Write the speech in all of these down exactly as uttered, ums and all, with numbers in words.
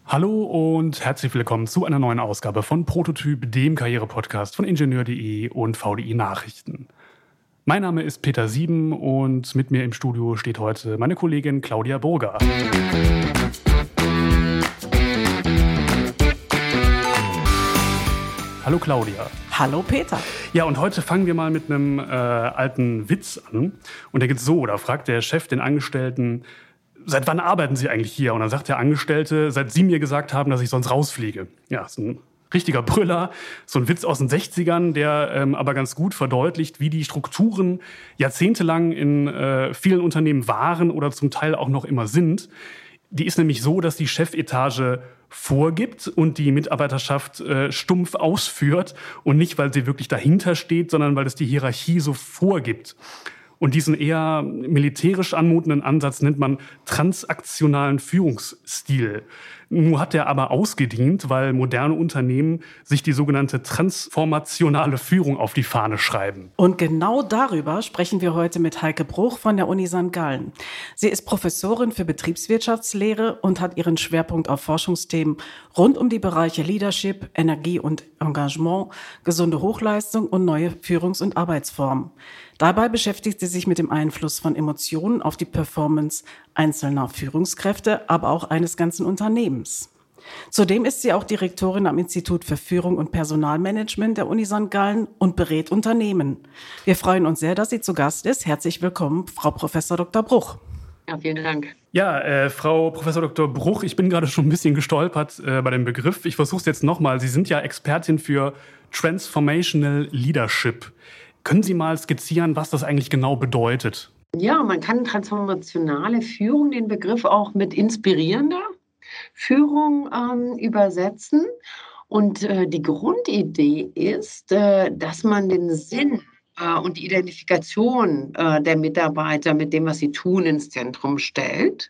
Hallo und herzlich willkommen zu einer neuen Ausgabe von Prototyp, dem Karriere-Podcast von Ingenieur punkt de und V D I Nachrichten. Mein Name ist Peter Sieben und mit mir im Studio steht heute meine Kollegin Claudia Burger. Hallo Claudia. Hallo Peter. Ja, und heute fangen wir mal mit einem äh, alten Witz an. Und der geht so, da fragt der Chef den Angestellten: Seit wann arbeiten Sie eigentlich hier? Und dann sagt der Angestellte: Seit Sie mir gesagt haben, dass ich sonst rausfliege. Ja, ist ein richtiger Brüller, so ein Witz aus den sechzigern, der ähm, aber ganz gut verdeutlicht, wie die Strukturen jahrzehntelang in äh, vielen Unternehmen waren oder zum Teil auch noch immer sind. Die ist nämlich so, dass die Chefetage vorgibt und die Mitarbeiterschaft äh, stumpf ausführt und nicht, weil sie wirklich dahinter steht, sondern weil es die Hierarchie so vorgibt. Und diesen eher militärisch anmutenden Ansatz nennt man transaktionalen Führungsstil. Nun hat er aber ausgedient, weil moderne Unternehmen sich die sogenannte transformationale Führung auf die Fahne schreiben. Und genau darüber sprechen wir heute mit Heike Bruch von der Uni Sankt Gallen. Sie ist Professorin für Betriebswirtschaftslehre und hat ihren Schwerpunkt auf Forschungsthemen rund um die Bereiche Leadership, Energie und Engagement, gesunde Hochleistung und neue Führungs- und Arbeitsformen. Dabei beschäftigt sie sich mit dem Einfluss von Emotionen auf die Performance einzelner Führungskräfte, aber auch eines ganzen Unternehmens. Zudem ist sie auch Direktorin am Institut für Führung und Personalmanagement der Uni Sankt Gallen und berät Unternehmen. Wir freuen uns sehr, dass sie zu Gast ist. Herzlich willkommen, Frau Professor Doktor Bruch. Ja, vielen Dank. Ja, äh, Frau Professor Doktor Bruch, ich bin gerade schon ein bisschen gestolpert äh, bei dem Begriff. Ich versuche es jetzt nochmal. Sie sind ja Expertin für Transformational Leadership. Können Sie mal skizzieren, was das eigentlich genau bedeutet? Ja, man kann transformationale Führung, den Begriff auch mit inspirierender Führung ähm, übersetzen. Und äh, die Grundidee ist, äh, dass man den Sinn äh, und die Identifikation äh, der Mitarbeiter mit dem, was sie tun, ins Zentrum stellt.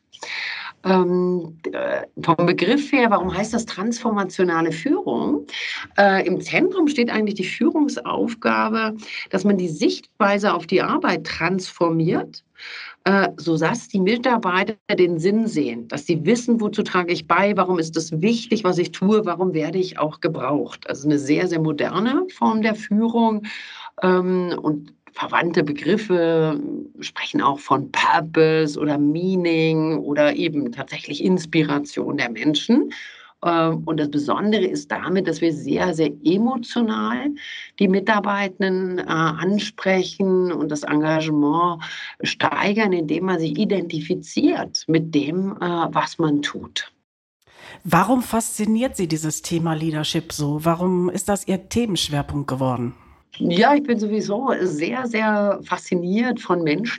Ähm, äh, vom Begriff her, warum heißt das transformationale Führung? Äh, im Zentrum steht eigentlich die Führungsaufgabe, dass man die Sichtweise auf die Arbeit transformiert, äh, sodass die Mitarbeiter den Sinn sehen, dass sie wissen, wozu trage ich bei, warum ist es wichtig, was ich tue, warum werde ich auch gebraucht. Also eine sehr, sehr moderne Form der Führung ähm, und verwandte Begriffe sprechen auch von Purpose oder Meaning oder eben tatsächlich Inspiration der Menschen. Und das Besondere ist damit, dass wir sehr, sehr emotional die Mitarbeitenden äh, ansprechen und das Engagement steigern, indem man sich identifiziert mit dem, äh, was man tut. Warum fasziniert Sie dieses Thema Leadership so? Warum ist das Ihr Themenschwerpunkt geworden? Ja, ich bin sowieso sehr, sehr fasziniert von Menschen.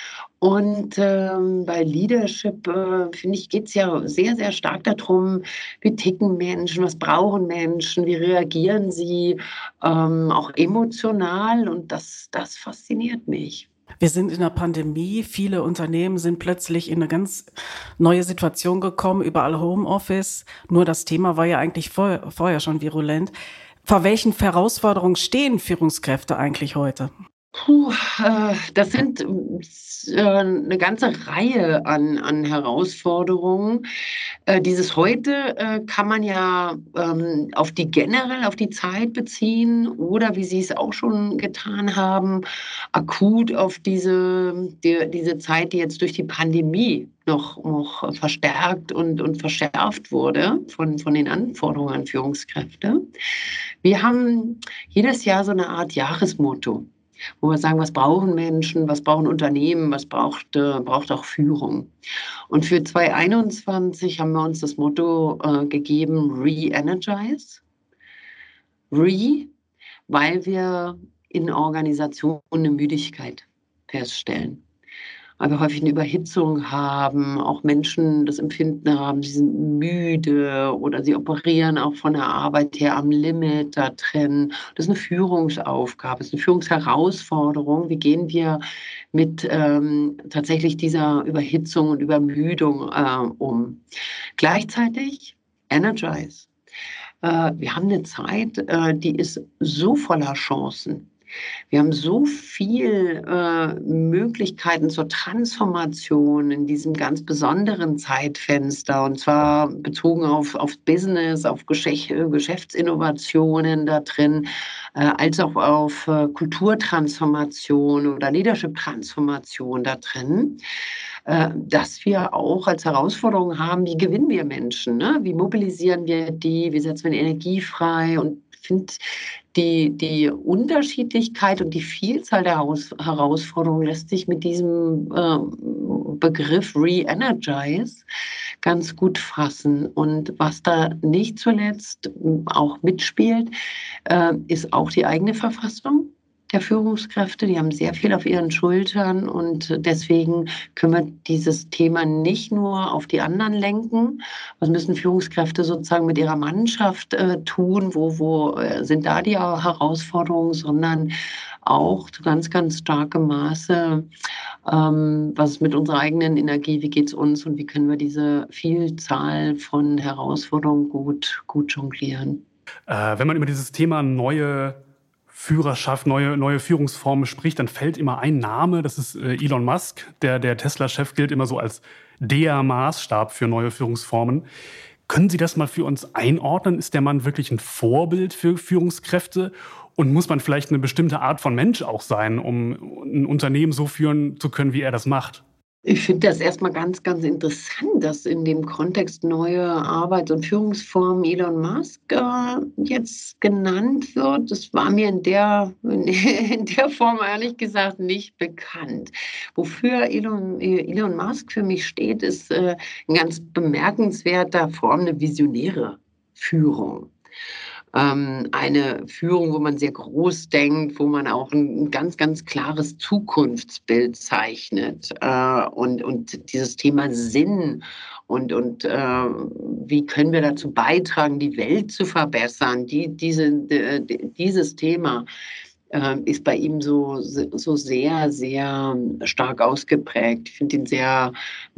Und ähm, bei Leadership, äh, finde ich, geht es ja sehr, sehr stark darum, wie ticken Menschen, was brauchen Menschen, wie reagieren sie, ähm, auch emotional. Und das, das fasziniert mich. Wir sind in der Pandemie. Viele Unternehmen sind plötzlich in eine ganz neue Situation gekommen, überall Homeoffice. Nur das Thema war ja eigentlich vor, vorher schon virulent. Vor welchen Herausforderungen stehen Führungskräfte eigentlich heute? Puh, äh, das sind äh, eine ganze Reihe an, an Herausforderungen. Äh, dieses Heute äh, kann man ja ähm, auf die generell auf die Zeit beziehen oder, wie Sie es auch schon getan haben, akut auf diese, die, diese Zeit, die jetzt durch die Pandemie noch, noch verstärkt und, und verschärft wurde von, von den Anforderungen an Führungskräfte. Wir haben jedes Jahr so eine Art Jahresmotto, wo wir sagen, was brauchen Menschen, was brauchen Unternehmen, was braucht, äh, braucht auch Führung. Und für zwanzig einundzwanzig haben wir uns das Motto äh, gegeben, Re-Energize. Re, weil wir in Organisationen eine Müdigkeit feststellen. Weil wir häufig eine Überhitzung haben, auch Menschen das Empfinden haben, sie sind müde oder sie operieren auch von der Arbeit her am Limit da drin. Das ist eine Führungsaufgabe, das ist eine Führungsherausforderung. Wie gehen wir mit ähm, tatsächlich dieser Überhitzung und Übermüdung äh, um? Gleichzeitig Energize. Äh, wir haben eine Zeit, äh, die ist so voller Chancen. Wir haben so viel äh, Möglichkeiten zur Transformation in diesem ganz besonderen Zeitfenster, und zwar bezogen auf, auf Business, auf Geschäft, Geschäftsinnovationen da drin, äh, als auch auf äh, Kulturtransformation oder Leadership-Transformation da drin, äh, dass wir auch als Herausforderung haben, wie gewinnen wir Menschen, ne? Wie mobilisieren wir die, wie setzen wir die Energie frei, und ich finde die, die Unterschiedlichkeit und die Vielzahl der Haus Herausforderungen lässt sich mit diesem äh, Begriff Re-Energize ganz gut fassen. Und was da nicht zuletzt auch mitspielt, äh, ist auch die eigene Verfassung der Führungskräfte. Die haben sehr viel auf ihren Schultern, und deswegen können wir dieses Thema nicht nur auf die anderen lenken. Was müssen Führungskräfte sozusagen mit ihrer Mannschaft äh, tun? Wo, wo äh, sind da die Herausforderungen? Sondern auch zu ganz, ganz starkem Maße, ähm, was ist mit unserer eigenen Energie? Wie geht es uns? Und wie können wir diese Vielzahl von Herausforderungen gut, gut jonglieren? Äh, wenn man über dieses Thema neue Führerschaft, neue, neue Führungsformen spricht, dann fällt immer ein Name, das ist äh, Elon Musk. Der, der Tesla-Chef gilt immer so als der Maßstab für neue Führungsformen. Können Sie das mal für uns einordnen? Ist der Mann wirklich ein Vorbild für Führungskräfte? Und muss man vielleicht eine bestimmte Art von Mensch auch sein, um ein Unternehmen so führen zu können, wie er das macht? Ich finde das erstmal ganz, ganz interessant, dass in dem Kontext neue Arbeits- und Führungsformen Elon Musk äh, jetzt genannt wird. Das war mir in der, in der Form ehrlich gesagt nicht bekannt. Wofür Elon, Elon Musk für mich steht, ist äh, in ganz bemerkenswerter Form eine visionäre Führung. Eine Führung, wo man sehr groß denkt, wo man auch ein ganz, ganz klares Zukunftsbild zeichnet, äh, und, und dieses Thema Sinn und, und äh, wie können wir dazu beitragen, die Welt zu verbessern, die, diese, die, dieses Thema äh, ist bei ihm so, so sehr, sehr stark ausgeprägt. Ich finde ihn sehr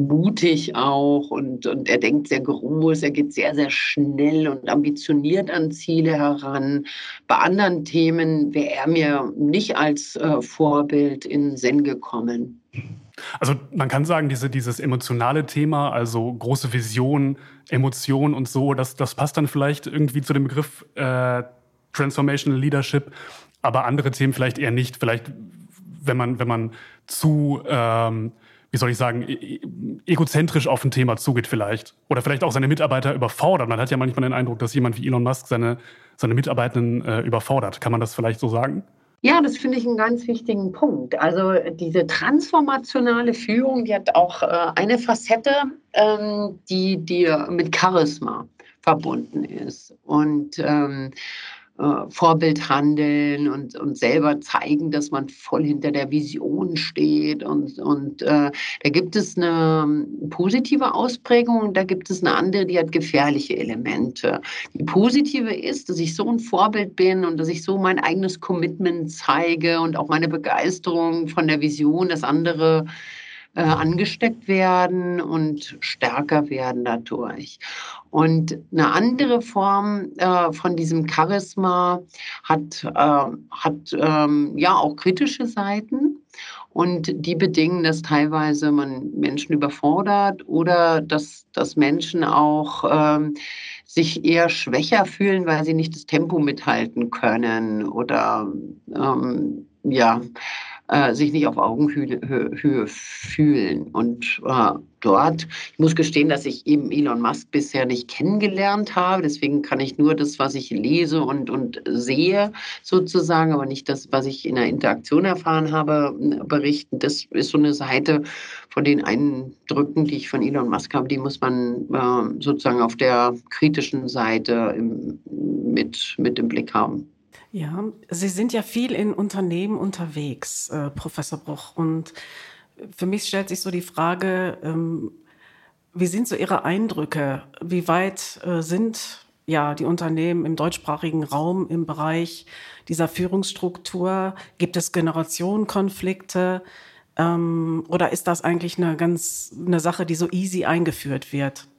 mutig auch, und, und er denkt sehr groß, er geht sehr, sehr schnell und ambitioniert an Ziele heran. Bei anderen Themen wäre er mir nicht als äh, Vorbild in den Sinn gekommen. Also man kann sagen, diese, dieses emotionale Thema, also große Vision, Emotion und so, das, das passt dann vielleicht irgendwie zu dem Begriff äh, Transformational Leadership, aber andere Themen vielleicht eher nicht. Vielleicht, wenn man, wenn man zu, ähm, wie soll ich sagen, e- egozentrisch auf ein Thema zugeht vielleicht. Oder vielleicht auch seine Mitarbeiter überfordert. Man hat ja manchmal den Eindruck, dass jemand wie Elon Musk seine, seine Mitarbeitenden äh, überfordert. Kann man das vielleicht so sagen? Ja, das finde ich einen ganz wichtigen Punkt. Also diese transformationale Führung, die hat auch äh, eine Facette, ähm, die, die mit Charisma verbunden ist. Und ähm, äh, Vorbild handeln und, und selber zeigen, dass man voll hinter der Vision steht. Und, und äh, da gibt es eine positive Ausprägung und da gibt es eine andere, die hat gefährliche Elemente. Die positive ist, dass ich so ein Vorbild bin und dass ich so mein eigenes Commitment zeige und auch meine Begeisterung von der Vision, dass andere äh, angesteckt werden und stärker werden dadurch. Und eine andere Form äh, von diesem Charisma hat, äh, hat ähm, ja auch kritische Seiten. Und die bedingen, dass teilweise man Menschen überfordert oder dass, dass Menschen auch ähm, sich eher schwächer fühlen, weil sie nicht das Tempo mithalten können oder ähm, ja, äh, sich nicht auf Augenhöhe Höhe fühlen. Und äh, dort, ich muss gestehen, dass ich eben Elon Musk bisher nicht kennengelernt habe. Deswegen kann ich nur das, was ich lese und, und sehe, sozusagen, aber nicht das, was ich in der Interaktion erfahren habe, berichten. Das ist so eine Seite von den Eindrücken, die ich von Elon Musk habe, die muss man äh, sozusagen auf der kritischen Seite im, mit, mit im Blick haben. Ja, Sie sind ja viel in Unternehmen unterwegs, äh, Professor Bruch. Und für mich stellt sich so die Frage, ähm, wie sind so Ihre Eindrücke? Wie weit äh, sind ja die Unternehmen im deutschsprachigen Raum im Bereich dieser Führungsstruktur? Gibt es Generationenkonflikte? Ähm, oder ist das eigentlich eine ganz eine Sache, die so easy eingeführt wird?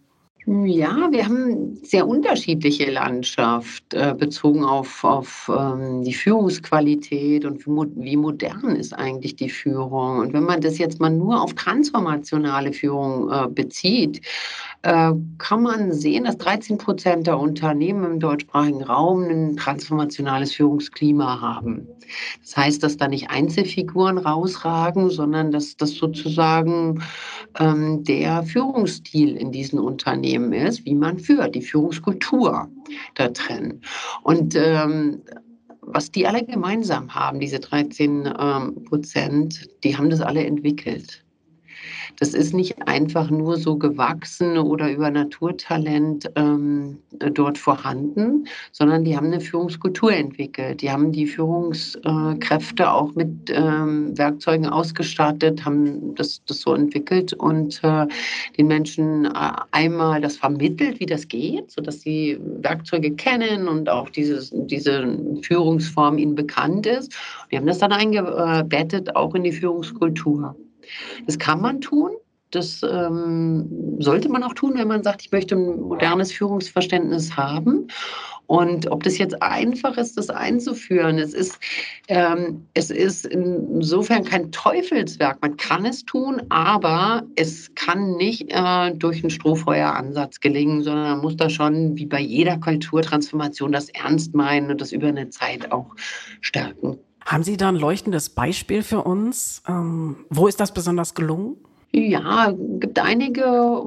Ja, wir haben sehr unterschiedliche Landschaft äh, bezogen auf, auf ähm, die Führungsqualität und wie, mo wie modern ist eigentlich die Führung. Und wenn man das jetzt mal nur auf transformationale Führung äh, bezieht, äh, kann man sehen, dass dreizehn Prozent der Unternehmen im deutschsprachigen Raum ein transformationales Führungsklima haben. Das heißt, dass da nicht Einzelfiguren rausragen, sondern dass das sozusagen ähm, der Führungsstil in diesen Unternehmen ist, wie man führt, die Führungskultur da drin. Und ähm, was die alle gemeinsam haben, diese dreizehn ähm, Prozent, die haben das alle entwickelt. Das ist nicht einfach nur so gewachsen oder über Naturtalent ähm, dort vorhanden, sondern die haben eine Führungskultur entwickelt. Die haben die Führungskräfte auch mit ähm, Werkzeugen ausgestattet, haben das, das so entwickelt und äh, den Menschen äh, einmal das vermittelt, wie das geht, sodass sie Werkzeuge kennen und auch dieses, diese Führungsform ihnen bekannt ist. Wir haben das dann eingebettet auch in die Führungskultur. Das kann man tun. Das ähm, sollte man auch tun, wenn man sagt, ich möchte ein modernes Führungsverständnis haben. Und ob das jetzt einfach ist, das einzuführen, es ist, ähm, es ist insofern kein Teufelswerk. Man kann es tun, aber es kann nicht äh, durch einen Strohfeueransatz gelingen, sondern man muss da schon, wie bei jeder Kulturtransformation, das ernst meinen und das über eine Zeit auch stärken. Haben Sie da ein leuchtendes Beispiel für uns? Ähm, wo ist das besonders gelungen? Ja, gibt einige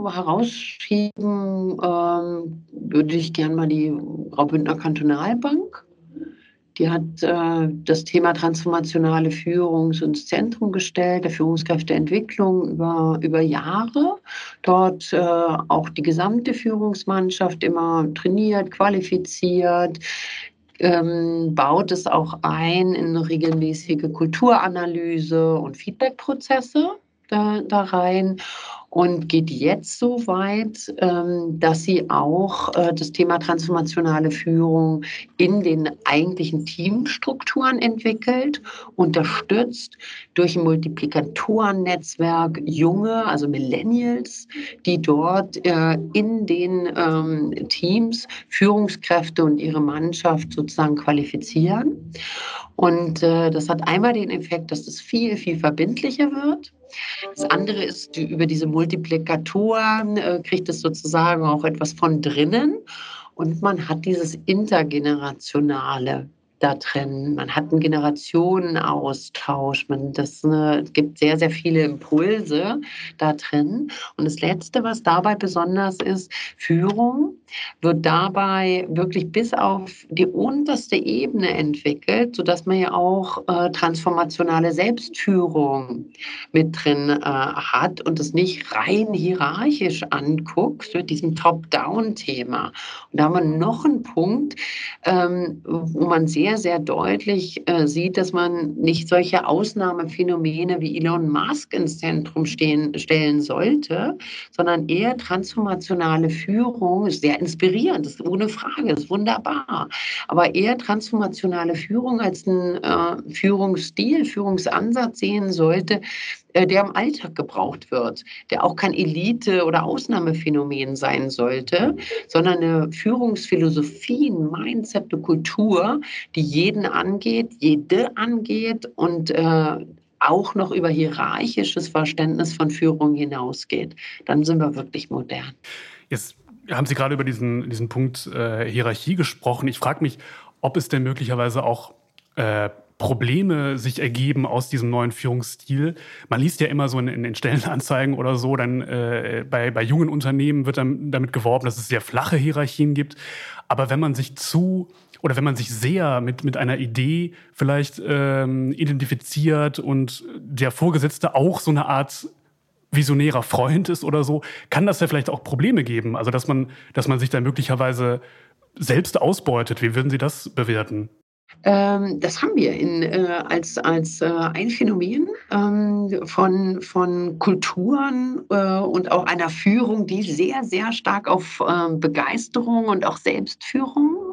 herausschieben, ähm, würde ich gerne mal die Graubündner Kantonalbank. Die hat äh, das Thema transformationale Führung so ins Zentrum gestellt, der Führungskräfteentwicklung über, über Jahre. Dort äh, auch die gesamte Führungsmannschaft immer trainiert, qualifiziert, ähm, baut es auch ein in eine regelmäßige Kulturanalyse und Feedbackprozesse da, da rein und geht jetzt so weit, ähm, dass sie auch äh, das Thema transformationale Führung in den eigentlichen Teamstrukturen entwickelt, unterstützt durch ein Multiplikatoren-Netzwerk junge, also Millennials, die dort äh, in den ähm, Teams Führungskräfte und ihre Mannschaft sozusagen qualifizieren. Und äh, das hat einmal den Effekt, dass es viel, viel verbindlicher wird. Das andere ist, die, über diese Multiplikatoren äh, kriegt es sozusagen auch etwas von drinnen. Und man hat dieses Intergenerationale da drin. Man hat einen Generationenaustausch. Man, das ne, gibt sehr, sehr viele Impulse da drin. Und das Letzte, was dabei besonders ist, Führung wird dabei wirklich bis auf die unterste Ebene entwickelt, sodass man ja auch äh, transformationale Selbstführung mit drin äh, hat und es nicht rein hierarchisch anguckt, mit diesem Top-Down-Thema. Und da haben wir noch einen Punkt, ähm, wo man sehr, sehr deutlich äh, sieht, dass man nicht solche Ausnahmephänomene wie Elon Musk ins Zentrum stehen, stellen sollte, sondern eher transformationale Führung, ist sehr inspirierend, ist ohne Frage, ist wunderbar, aber eher transformationale Führung als ein äh, Führungsstil, Führungsansatz sehen sollte, äh, der im Alltag gebraucht wird, der auch kein Elite- oder Ausnahmephänomen sein sollte, sondern eine Führungsphilosophie, ein Mindset, eine Kultur, die jeden angeht, jede angeht und äh, auch noch über hierarchisches Verständnis von Führung hinausgeht. Dann sind wir wirklich modern. Jetzt haben Sie gerade über diesen, diesen Punkt äh, Hierarchie gesprochen. Ich frage mich, ob es denn möglicherweise auch äh, Probleme sich ergeben aus diesem neuen Führungsstil. Man liest ja immer so in, in den Stellenanzeigen oder so, dann äh, bei, bei jungen Unternehmen wird dann damit geworben, dass es sehr flache Hierarchien gibt. Aber wenn man sich zu oder wenn man sich sehr mit, mit einer Idee vielleicht ähm, identifiziert und der Vorgesetzte auch so eine Art visionärer Freund ist oder so, kann das ja vielleicht auch Probleme geben. Also dass man, dass man sich da möglicherweise selbst ausbeutet. Wie würden Sie das bewerten? Ähm, das haben wir in, äh, als, als äh, ein Phänomen ähm, von, von Kulturen äh, und auch einer Führung, die sehr, sehr stark auf äh, Begeisterung und auch Selbstführung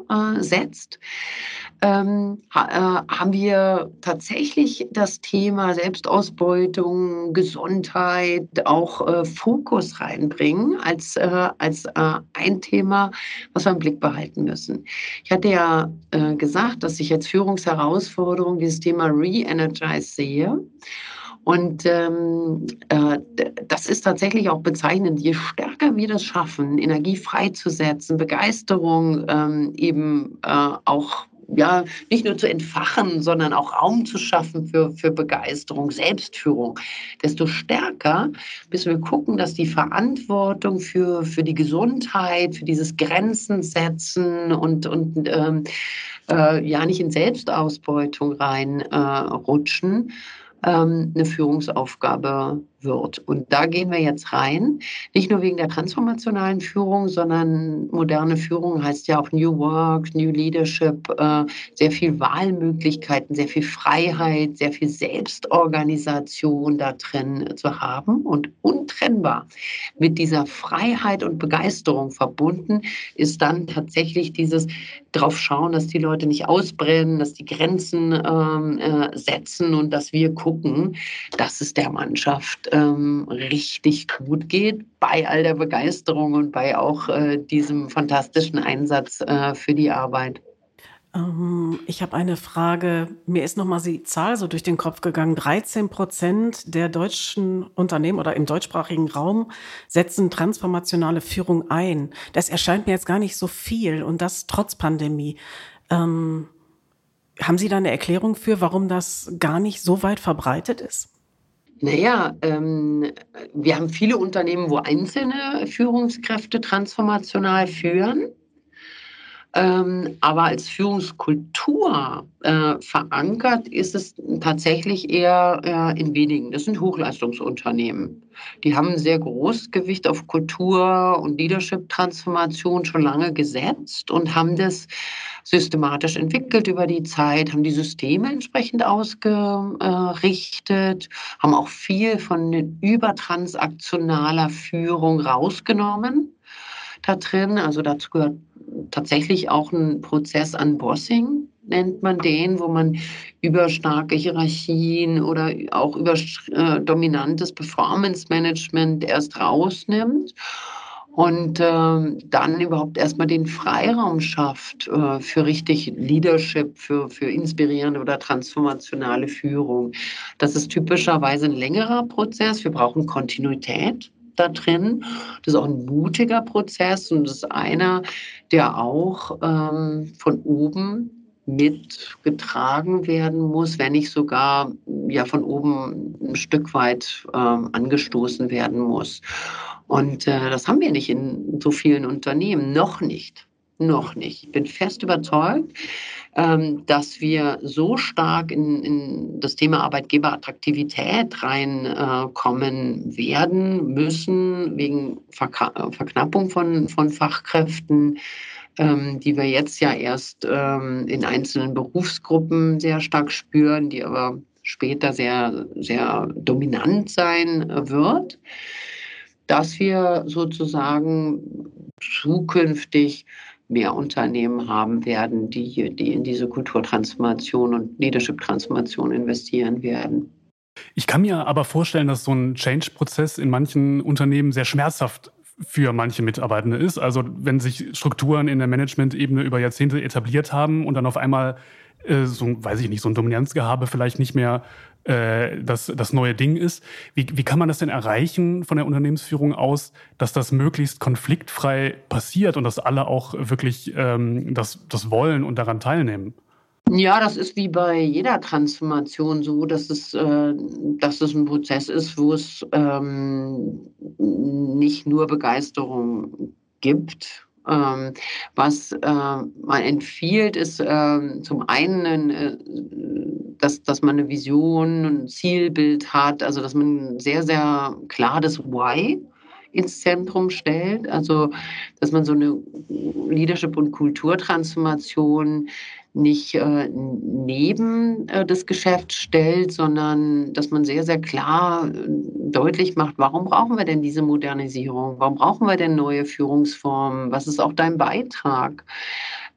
äh, setzt, ähm, ha, äh, haben wir tatsächlich das Thema Selbstausbeutung, Gesundheit, auch äh, Fokus reinbringen als, äh, als äh, ein Thema, was wir im Blick behalten müssen. Ich hatte ja äh, gesagt, dass ich jetzt Führungsherausforderungen, dieses Thema Re-Energize sehe. Und ähm, äh, das ist tatsächlich auch bezeichnend. Je stärker wir das schaffen, Energie freizusetzen, Begeisterung ähm, eben äh, auch ja, nicht nur zu entfachen, sondern auch Raum zu schaffen für, für Begeisterung, Selbstführung, desto stärker müssen wir gucken, dass die Verantwortung für, für die Gesundheit, für dieses Grenzen setzen und, und ähm, äh, ja nicht in Selbstausbeutung reinrutschen, äh, ähm, eine Führungsaufgabe wird. Und da gehen wir jetzt rein, nicht nur wegen der transformationalen Führung, sondern moderne Führung heißt ja auch New Work, New Leadership, äh, sehr viel Wahlmöglichkeiten, sehr viel Freiheit, sehr viel Selbstorganisation da drin zu haben. Und untrennbar mit dieser Freiheit und Begeisterung verbunden ist dann tatsächlich dieses drauf schauen, dass die Leute nicht ausbrennen, dass die Grenzen ähm, äh, setzen und dass wir gucken, dass es der Mannschaft ähm, richtig gut geht, bei all der Begeisterung und bei auch äh, diesem fantastischen Einsatz äh, für die Arbeit. Ähm, ich habe eine Frage. Mir ist nochmal die Zahl so durch den Kopf gegangen. dreizehn Prozent der deutschen Unternehmen oder im deutschsprachigen Raum setzen transformationale Führung ein. Das erscheint mir jetzt gar nicht so viel und das trotz Pandemie. Ähm, haben Sie da eine Erklärung für, warum das gar nicht so weit verbreitet ist? Naja, ähm, wir haben viele Unternehmen, wo einzelne Führungskräfte transformational führen. Ähm, aber als Führungskultur äh, verankert ist es tatsächlich eher äh, in wenigen. Das sind Hochleistungsunternehmen. Die haben ein sehr großes Gewicht auf Kultur und Leadership-Transformation schon lange gesetzt und haben das systematisch entwickelt über die Zeit, haben die Systeme entsprechend ausgerichtet, haben auch viel von übertransaktionaler Führung rausgenommen da drin. Also dazu gehört tatsächlich auch ein Prozess an Bossing, nennt man den, wo man über starke Hierarchien oder auch über äh, dominantes Performance-Management erst rausnimmt und äh, dann überhaupt erstmal den Freiraum schafft äh, für richtig Leadership, für, für inspirierende oder transformationale Führung. Das ist typischerweise ein längerer Prozess. Wir brauchen Kontinuität da drin. Das ist auch ein mutiger Prozess und das ist einer, der auch ähm, von oben mitgetragen werden muss, wenn nicht sogar ja von oben ein Stück weit ähm, angestoßen werden muss. Und äh, das haben wir nicht in so vielen Unternehmen, noch nicht. Noch nicht. Ich bin fest überzeugt, ähm, dass wir so stark in, in das Thema Arbeitgeberattraktivität reinkommen äh, werden müssen, wegen Verka- Verknappung von, von Fachkräften, ähm, die wir jetzt ja erst ähm, in einzelnen Berufsgruppen sehr stark spüren, die aber später sehr, sehr dominant sein äh, wird, dass wir sozusagen zukünftig mehr Unternehmen haben werden, die, die in diese Kulturtransformation und Leadership-Transformation investieren werden. Ich kann mir aber vorstellen, dass so ein Change-Prozess in manchen Unternehmen sehr schmerzhaft für manche Mitarbeitende ist. Also wenn sich Strukturen in der Management-Ebene über Jahrzehnte etabliert haben und dann auf einmal äh, so, weiß ich nicht, so ein Dominanzgehabe vielleicht nicht mehr äh, das, das neue Ding ist. Wie, wie kann man das denn erreichen von der Unternehmensführung aus, dass das möglichst konfliktfrei passiert und dass alle auch wirklich ähm, das, das wollen und daran teilnehmen? Ja, das ist wie bei jeder Transformation so, dass es, äh, dass es ein Prozess ist, wo es ähm, nicht nur Begeisterung gibt. Ähm, was äh, man empfiehlt, ist äh, zum einen, äh, dass, dass man eine Vision, ein Zielbild hat, also dass man sehr, sehr klar das Why ins Zentrum stellt. Also, dass man so eine Leadership- und Kulturtransformation nicht äh, neben äh, das Geschäft stellt, sondern dass man sehr, sehr klar äh, deutlich macht, warum brauchen wir denn diese Modernisierung? Warum brauchen wir denn neue Führungsformen? Was ist auch dein Beitrag?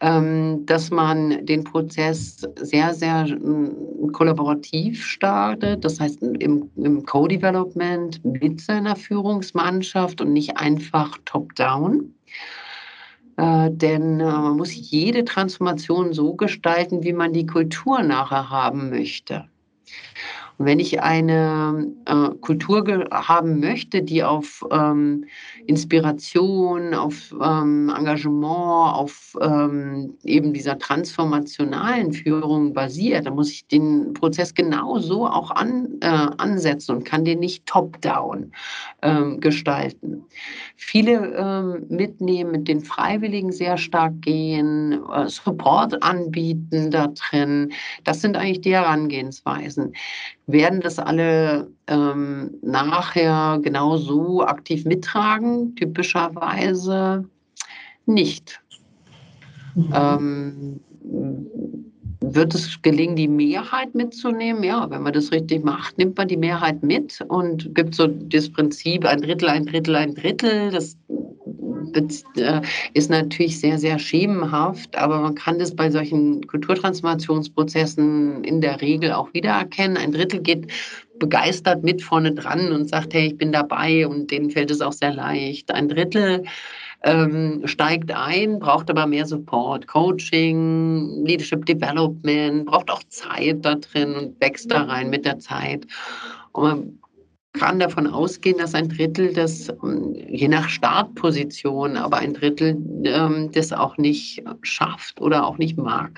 ähm, dass man den Prozess sehr, sehr äh, kollaborativ startet, das heißt im, im Co-Development mit seiner Führungsmannschaft und nicht einfach top-down. Äh, denn äh, man muss jede Transformation so gestalten, wie man die Kultur nachher haben möchte. Und wenn ich eine äh, Kultur ge- haben möchte, die auf ähm, Inspiration, auf ähm, Engagement, auf ähm, eben dieser transformationalen Führung basiert, dann muss ich den Prozess genauso auch an, äh, ansetzen und kann den nicht top-down ähm, gestalten. Viele ähm, mitnehmen, mit den Freiwilligen sehr stark gehen, äh, Support anbieten da drin. Das sind eigentlich die Herangehensweisen. Werden das alle ähm, nachher genauso aktiv mittragen? Typischerweise nicht. Ähm, wird es gelingen, die Mehrheit mitzunehmen? Ja, wenn man das richtig macht, nimmt man die Mehrheit mit und gibt so das Prinzip ein Drittel, ein Drittel, ein Drittel. Das äh, ist natürlich sehr, sehr schemenhaft, aber man kann das bei solchen Kulturtransformationsprozessen in der Regel auch wiedererkennen. Ein Drittel geht begeistert mit vorne dran und sagt, hey, ich bin dabei, und denen fällt es auch sehr leicht. Ein Drittel ähm, steigt ein, braucht aber mehr Support, Coaching, Leadership Development, braucht auch Zeit da drin und wächst da rein mit der Zeit. Und man kann davon ausgehen, dass ein Drittel das, ähm, je nach Startposition, aber ein Drittel ähm, das auch nicht schafft oder auch nicht mag.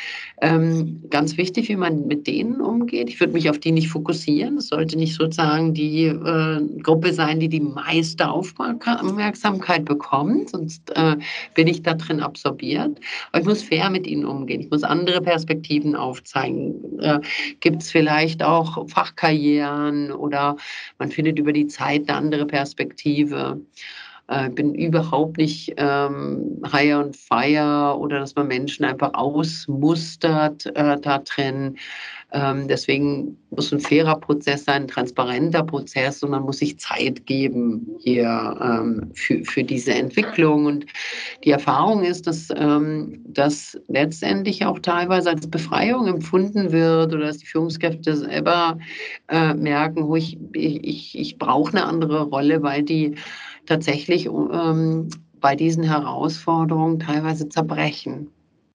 Ähm, ganz wichtig, wie man mit denen umgeht. Ich würde mich auf die nicht fokussieren. Es sollte nicht sozusagen die äh, Gruppe sein, die die meiste Aufmerksamkeit bekommt, sonst äh, bin ich da drin absorbiert. Aber ich muss fair mit ihnen umgehen. Ich muss andere Perspektiven aufzeigen. Äh, Gibt es vielleicht auch Fachkarrieren oder man findet über die Zeit eine andere Perspektive. Ich äh, bin überhaupt nicht ähm, hire und fire oder dass man Menschen einfach ausmustert äh, da drin. Ähm, deswegen muss ein fairer Prozess sein, ein transparenter Prozess, und man muss sich Zeit geben hier ähm, für, für diese Entwicklung. Und die Erfahrung ist, dass ähm, das letztendlich auch teilweise als Befreiung empfunden wird oder dass die Führungskräfte selber äh, merken, wo ich, ich, ich brauche eine andere Rolle, weil die tatsächlich ähm, bei diesen Herausforderungen teilweise zerbrechen.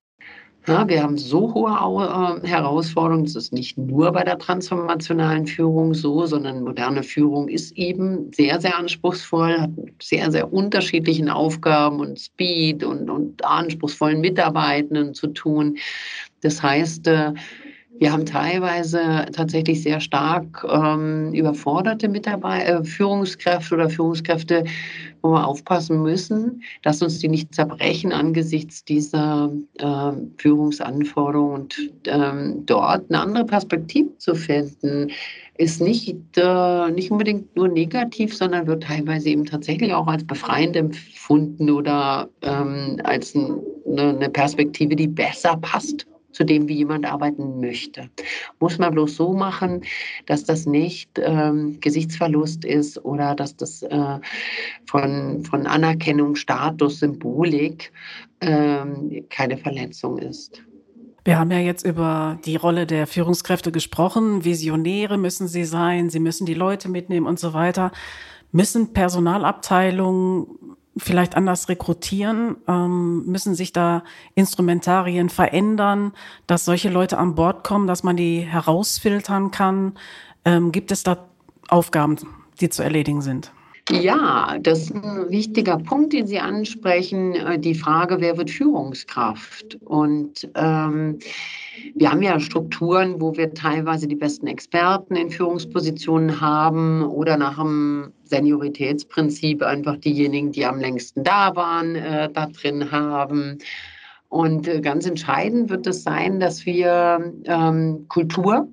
Ja, wir haben so hohe äh, Herausforderungen. Das ist nicht nur bei der transformationalen Führung so, sondern moderne Führung ist eben sehr, sehr anspruchsvoll, hat mit sehr, sehr unterschiedlichen Aufgaben und Speed und, und anspruchsvollen Mitarbeitenden zu tun. Das heißt, äh, wir haben teilweise tatsächlich sehr stark ähm, überforderte Mitarbeiter, äh, Führungskräfte oder Führungskräfte, wo wir aufpassen müssen, dass uns die nicht zerbrechen angesichts dieser äh, Führungsanforderungen. Und ähm, dort eine andere Perspektive zu finden, ist nicht, äh, nicht unbedingt nur negativ, sondern wird teilweise eben tatsächlich auch als befreiend empfunden oder ähm, als ein, eine Perspektive, die besser passt zu dem, wie jemand arbeiten möchte. Muss man bloß so machen, dass das nicht ähm, Gesichtsverlust ist oder dass das äh, von, von Anerkennung, Status, Symbolik ähm, keine Verletzung ist. Wir haben ja jetzt über die Rolle der Führungskräfte gesprochen. Visionäre müssen sie sein, sie müssen die Leute mitnehmen und so weiter. Müssen Personalabteilungen vielleicht anders rekrutieren? Ähm, müssen sich da Instrumentarien verändern, dass solche Leute an Bord kommen, dass man die herausfiltern kann? Ähm, gibt es da Aufgaben, die zu erledigen sind? Ja, das ist ein wichtiger Punkt, den Sie ansprechen, äh, die Frage, wer wird Führungskraft? Und ähm, wir haben ja Strukturen, wo wir teilweise die besten Experten in Führungspositionen haben oder nach dem Senioritätsprinzip einfach diejenigen, die am längsten da waren, äh, da drin haben. Und äh, ganz entscheidend wird es sein, dass wir ähm, Kultur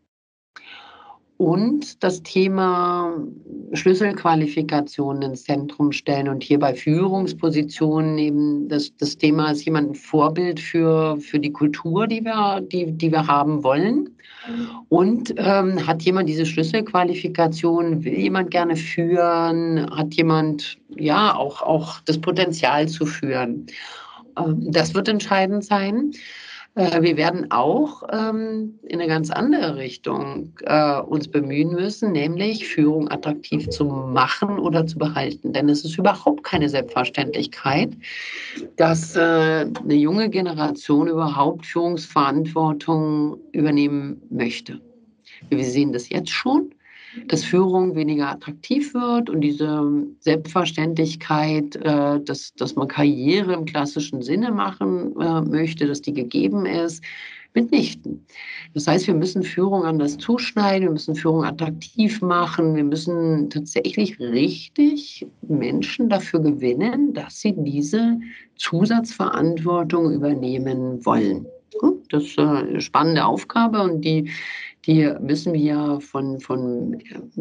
und das Thema Schlüsselqualifikationen ins Zentrum stellen und hier bei Führungspositionen eben das, das Thema ist jemand ein Vorbild für, für die Kultur, die wir, die, die wir haben wollen. Und ähm, hat jemand diese Schlüsselqualifikation, will jemand gerne führen, hat jemand ja auch, auch das Potenzial zu führen. das wird entscheidend sein. Wir werden auch ähm, in eine ganz andere Richtung äh, uns bemühen müssen, nämlich Führung attraktiv zu machen oder zu behalten. Denn es ist überhaupt keine Selbstverständlichkeit, dass äh, eine junge Generation überhaupt Führungsverantwortung übernehmen möchte. Wir sehen das jetzt schon, dass Führung weniger attraktiv wird und diese Selbstverständlichkeit, äh, dass, dass man Karriere im klassischen Sinne machen äh, möchte, dass die gegeben ist, mitnichten. Das heißt, wir müssen Führung anders zuschneiden, wir müssen Führung attraktiv machen, wir müssen tatsächlich richtig Menschen dafür gewinnen, dass sie diese Zusatzverantwortung übernehmen wollen. Das ist eine spannende Aufgabe und die Die müssen wir von, von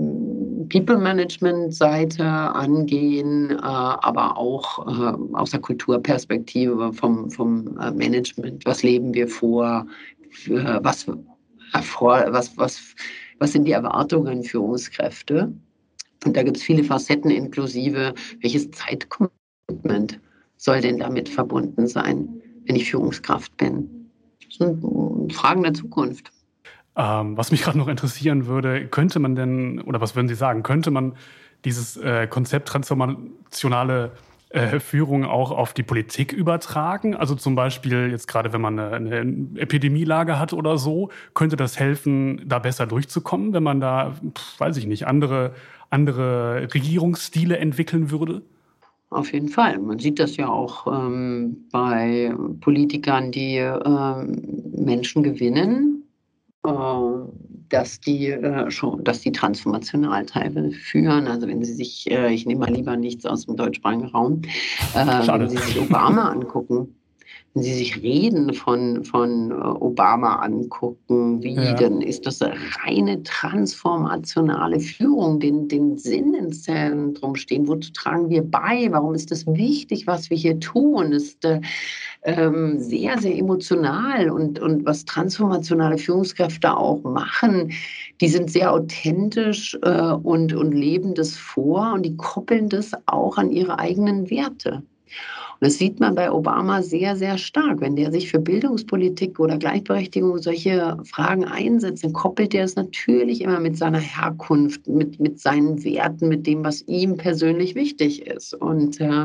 People-Management-Seite angehen, aber auch aus der Kulturperspektive vom, vom Management. Was leben wir vor? Was, was, was, was sind die Erwartungen Führungskräfte? Und da gibt es viele Facetten inklusive, welches Zeitcommitment soll denn damit verbunden sein, wenn ich Führungskraft bin? Das sind Fragen der Zukunft. Ähm, was mich gerade noch interessieren würde, könnte man denn, oder was würden Sie sagen, könnte man dieses äh, Konzept transformationale äh, Führung auch auf die Politik übertragen? Also zum Beispiel jetzt gerade, wenn man eine, eine Epidemielage hat oder so, könnte das helfen, da besser durchzukommen, wenn man da, pf, weiß ich nicht, andere, andere Regierungsstile entwickeln würde? Auf jeden Fall. Man sieht das ja auch ähm, bei Politikern, die ähm, Menschen gewinnen, dass die äh, schon, dass die transformational teilweise führen. Also wenn Sie sich, äh, ich nehme mal lieber nichts aus dem deutschsprachigen Raum, äh, wenn Sie sich Obama angucken, wenn Sie sich Reden von, von Obama angucken, wie, ja. Dann ist das eine reine transformationale Führung, den, den Sinn ins Zentrum stehen. Wozu tragen wir bei? Warum ist das wichtig, was wir hier tun? Das ist äh, ähm, sehr, sehr emotional. Und, und was transformationale Führungskräfte auch machen, die sind sehr authentisch äh, und, und leben das vor und die koppeln das auch an ihre eigenen Werte. Und das sieht man bei Obama sehr, sehr stark. Wenn der sich für Bildungspolitik oder Gleichberechtigung solche Fragen einsetzt, dann koppelt er es natürlich immer mit seiner Herkunft, mit, mit seinen Werten, mit dem, was ihm persönlich wichtig ist. Und äh,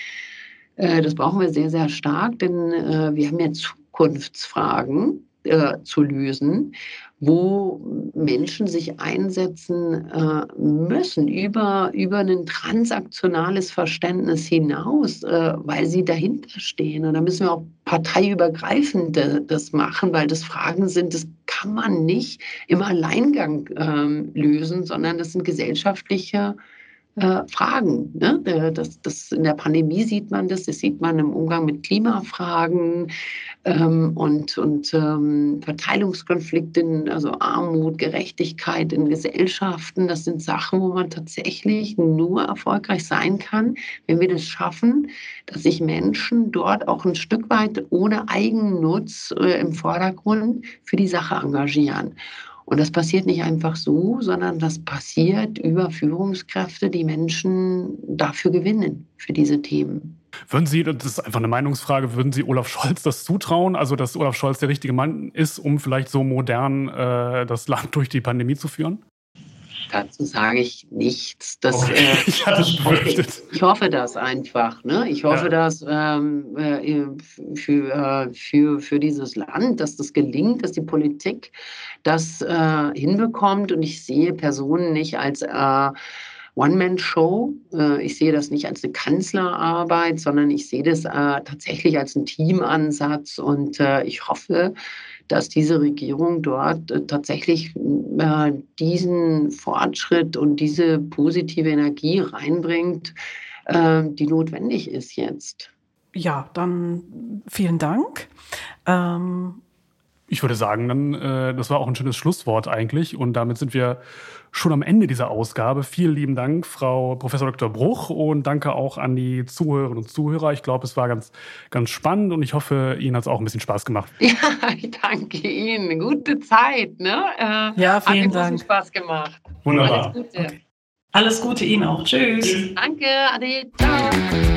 äh, das brauchen wir sehr, sehr stark, denn äh, wir haben ja Zukunftsfragen äh, zu lösen, wo Menschen sich einsetzen äh, müssen über, über ein transaktionales Verständnis hinaus, äh, weil sie dahinter stehen. Und da müssen wir auch parteiübergreifend das machen, weil das Fragen sind, das kann man nicht im Alleingang äh, lösen, sondern das sind gesellschaftliche Äh, Fragen. Ne? Das, das, in der Pandemie sieht man das, das sieht man im Umgang mit Klimafragen ähm, und, und ähm, Verteilungskonflikten, also Armut, Gerechtigkeit in Gesellschaften. Das sind Sachen, wo man tatsächlich nur erfolgreich sein kann, wenn wir das schaffen, dass sich Menschen dort auch ein Stück weit ohne Eigennutz äh, im Vordergrund für die Sache engagieren. Und das passiert nicht einfach so, sondern das passiert über Führungskräfte, die Menschen dafür gewinnen, für diese Themen. Würden Sie, das ist einfach eine Meinungsfrage, würden Sie Olaf Scholz das zutrauen? Also, dass Olaf Scholz der richtige Mann ist, um vielleicht so modern äh, das Land durch die Pandemie zu führen? Dazu sage ich nichts. Das, okay. äh, ich hatte es befürchtet. Ich hoffe das einfach. Ne? Ich hoffe ja. das ähm, äh, für, äh, für, für dieses Land, dass das gelingt, dass die Politik das äh, hinbekommt. Und ich sehe Personen nicht als äh, One-Man-Show. Äh, ich sehe das nicht als eine Kanzlerarbeit, sondern ich sehe das äh, tatsächlich als einen Teamansatz. Und äh, ich hoffe, dass diese Regierung dort äh, tatsächlich äh, diesen Fortschritt und diese positive Energie reinbringt, äh, die notwendig ist jetzt. Ja, dann vielen Dank. Ähm Ich würde sagen, dann, äh, das war auch ein schönes Schlusswort eigentlich. Und damit sind wir schon am Ende dieser Ausgabe. Vielen lieben Dank, Frau Professor Doktor Bruch. Und danke auch an die Zuhörerinnen und Zuhörer. Ich glaube, es war ganz, ganz spannend und ich hoffe, Ihnen hat es auch ein bisschen Spaß gemacht. Ja, ich danke Ihnen. Gute Zeit. Ne? Äh, ja, vielen hat mir Dank. Spaß gemacht. Wunderbar. Alles Gute. Okay. Alles Gute Ihnen auch. Tschüss. Danke, Ade. Ciao.